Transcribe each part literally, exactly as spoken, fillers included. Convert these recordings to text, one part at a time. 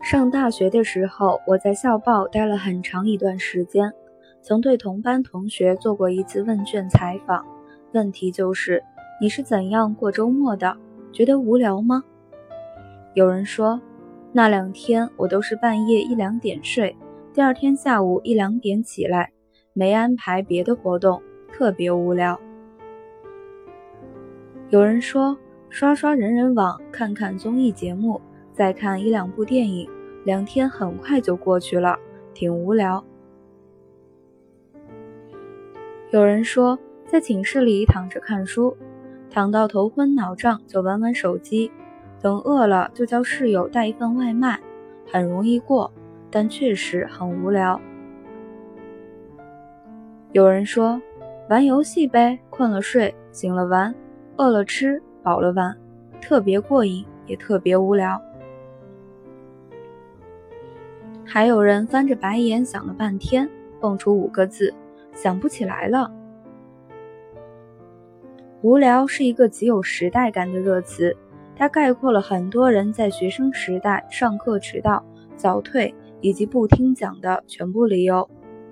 上大学的时候，我在校报待了很长一段时间，曾对同班同学做过一次问卷采访，问题就是你是怎样过周末的？觉得无聊吗？有人说，那两天我都是半夜一两点睡，第二天下午一两点起来，没安排别的活动，特别无聊。有人说，刷刷人人网，看看综艺节目，再看一两部电影，两天很快就过去了，挺无聊。有人说，在寝室里躺着看书，躺到头昏脑胀就玩玩手机，等饿了就叫室友带一份外卖，很容易过，但确实很无聊。有人说，玩游戏呗，困了睡，醒了玩，饿了吃，饱了玩，特别过瘾，也特别无聊。还有人翻着白眼想了半天，蹦出五个字，想不起来了。无聊是一个极有时代感的热词，它概括了很多人在学生时代上课迟到、早退以及不听讲的全部理由。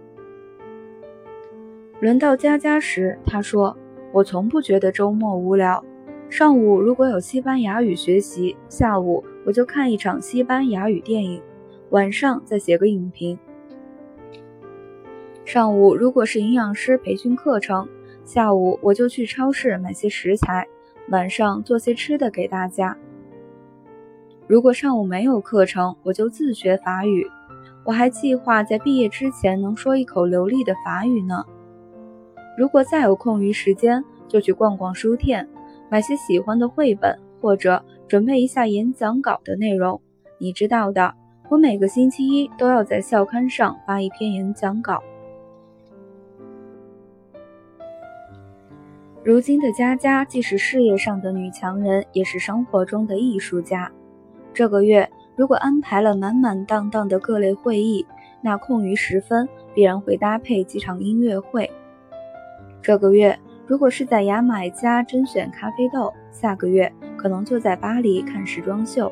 轮到佳佳时，她说，我从不觉得周末无聊，上午如果有西班牙语学习，下午我就看一场西班牙语电影，晚上再写个影评。上午如果是营养师培训课程，下午我就去超市买些食材，晚上做些吃的给大家。如果上午没有课程，我就自学法语，我还计划在毕业之前能说一口流利的法语呢。如果再有空余时间，就去逛逛书店，买些喜欢的绘本，或者准备一下演讲稿的内容。你知道的，我每个星期一都要在校刊上发一篇演讲稿。如今的佳佳既是事业上的女强人，也是生活中的艺术家。这个月如果安排了满满当当的各类会议，那空余时分必然会搭配几场音乐会。这个月如果是在牙买加甄选咖啡豆，下个月可能就在巴黎看时装秀。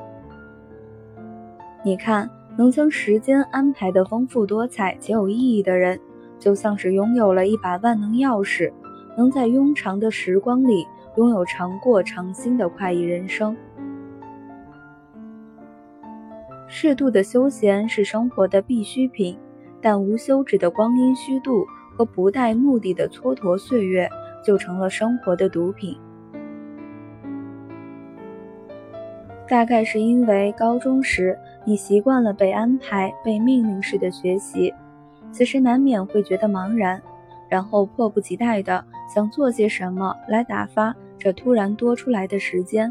你看，能将时间安排得丰富多彩且有意义的人，就像是拥有了一把万能钥匙，能在庸长的时光里拥有长过长新的快意人生。适度的休闲是生活的必需品，但无休止的光阴虚度和不带目的的蹉跎岁月就成了生活的毒品。大概是因为高中时你习惯了被安排、被命令式的学习，此时难免会觉得茫然，然后迫不及待地想做些什么来打发这突然多出来的时间。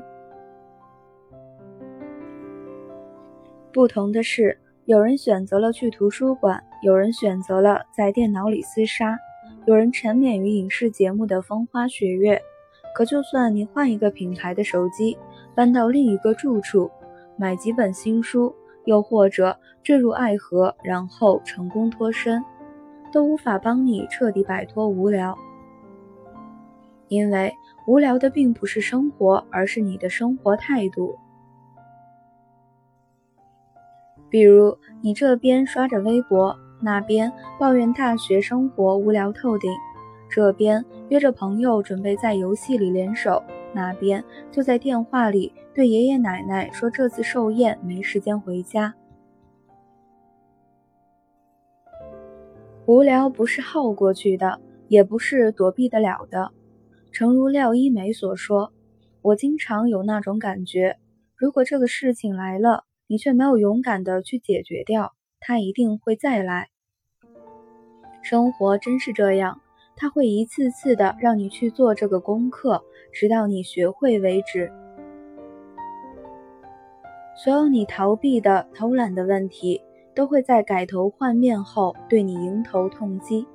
不同的是，有人选择了去图书馆，有人选择了在电脑里厮杀，有人沉湎于影视节目的风花雪月。可就算你换一个品牌的手机，搬到另一个住处，买几本新书，又或者坠入爱河，然后成功脱身，都无法帮你彻底摆脱无聊。因为无聊的并不是生活，而是你的生活态度。比如你这边刷着微博，那边抱怨大学生活无聊透顶，这边约着朋友准备在游戏里联手，那边就在电话里对爷爷奶奶说这次寿宴没时间回家。无聊不是耗过去的，也不是躲避得了的。诚如廖一梅所说，我经常有那种感觉，如果这个事情来了，你却没有勇敢地去解决掉，它一定会再来。生活真是这样，它会一次次的让你去做这个功课，直到你学会为止。所有你逃避的、偷懒的问题，都会在改头换面后对你迎头痛击。